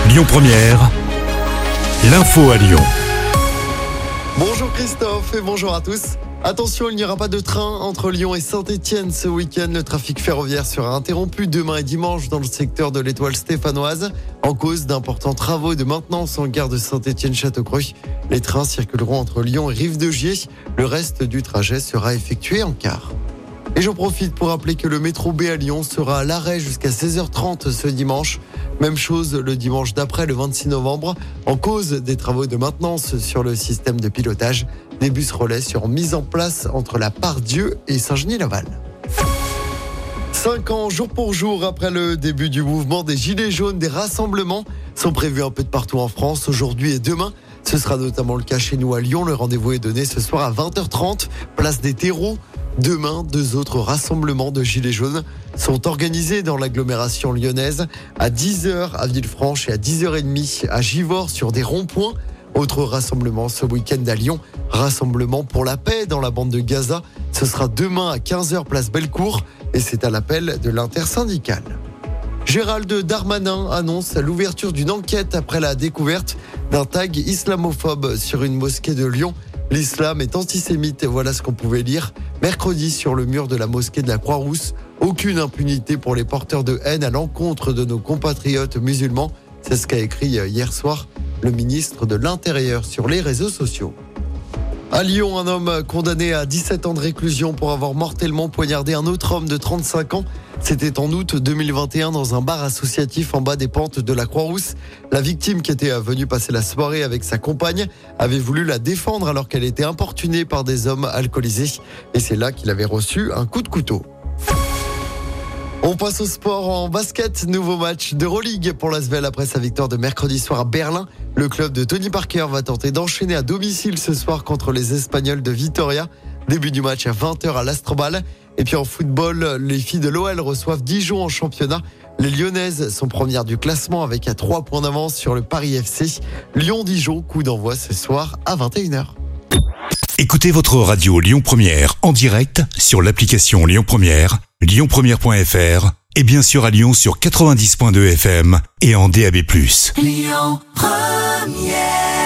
Lyon Première, l'info à Lyon. Bonjour Christophe et bonjour à tous. Attention, il n'y aura pas de train entre Lyon et Saint-Etienne ce week-end. Le trafic ferroviaire sera interrompu demain et dimanche dans le secteur de l'Étoile stéphanoise en cause d'importants travaux de maintenance en gare de Saint-Etienne-Châteaucreux. Les trains circuleront entre Lyon et Rive-de-Gier. Le reste du trajet sera effectué en car. Et j'en profite pour rappeler que le métro B à Lyon sera à l'arrêt jusqu'à 16h30 ce dimanche. Même chose le dimanche d'après, le 26 novembre, en cause des travaux de maintenance sur le système de pilotage. Des bus relais seront mis en place entre la Part-Dieu et Saint-Genis-Laval. 5 ans, jour pour jour, après le début du mouvement des Gilets jaunes, des rassemblements sont prévus un peu de partout en France, aujourd'hui et demain. Ce sera notamment le cas chez nous à Lyon. Le rendez-vous est donné ce soir à 20h30, place des terreaux. Demain, 2 autres rassemblements de Gilets jaunes sont organisés dans l'agglomération lyonnaise à 10h à Villefranche et à 10h30 à Givors sur des ronds-points. Autre rassemblement ce week-end à Lyon, rassemblement pour la paix dans la bande de Gaza. Ce sera demain à 15h place Bellecour et c'est à l'appel de l'intersyndicale. Gérald Darmanin annonce l'ouverture d'une enquête après la découverte d'un tag islamophobe sur une mosquée de Lyon. L'islam est antisémite, voilà ce qu'on pouvait lire mercredi sur le mur de la mosquée de la Croix-Rousse. Aucune impunité pour les porteurs de haine à l'encontre de nos compatriotes musulmans. C'est ce qu'a écrit hier soir le ministre de l'Intérieur sur les réseaux sociaux. À Lyon, un homme condamné à 17 ans de réclusion pour avoir mortellement poignardé un autre homme de 35 ans. C'était en août 2021 dans un bar associatif en bas des pentes de la Croix-Rousse. La victime, qui était venue passer la soirée avec sa compagne, avait voulu la défendre alors qu'elle était importunée par des hommes alcoolisés. Et c'est là qu'il avait reçu un coup de couteau. On passe au sport en basket. Nouveau match d'Euroleague pour l'Asvel après sa victoire de mercredi soir à Berlin. Le club de Tony Parker va tenter d'enchaîner à domicile ce soir contre les Espagnols de Vitoria. Début du match à 20h à l'Astrobal. Et puis en football, les filles de l'OL reçoivent Dijon en championnat. Les Lyonnaises sont premières du classement avec à 3 points d'avance sur le Paris FC. Lyon-Dijon, coup d'envoi ce soir à 21h. Écoutez votre radio Lyon Première en direct sur l'application Lyon Première, lyonpremière.fr et bien sûr à Lyon sur 90.2 FM et en DAB+. Lyon Première.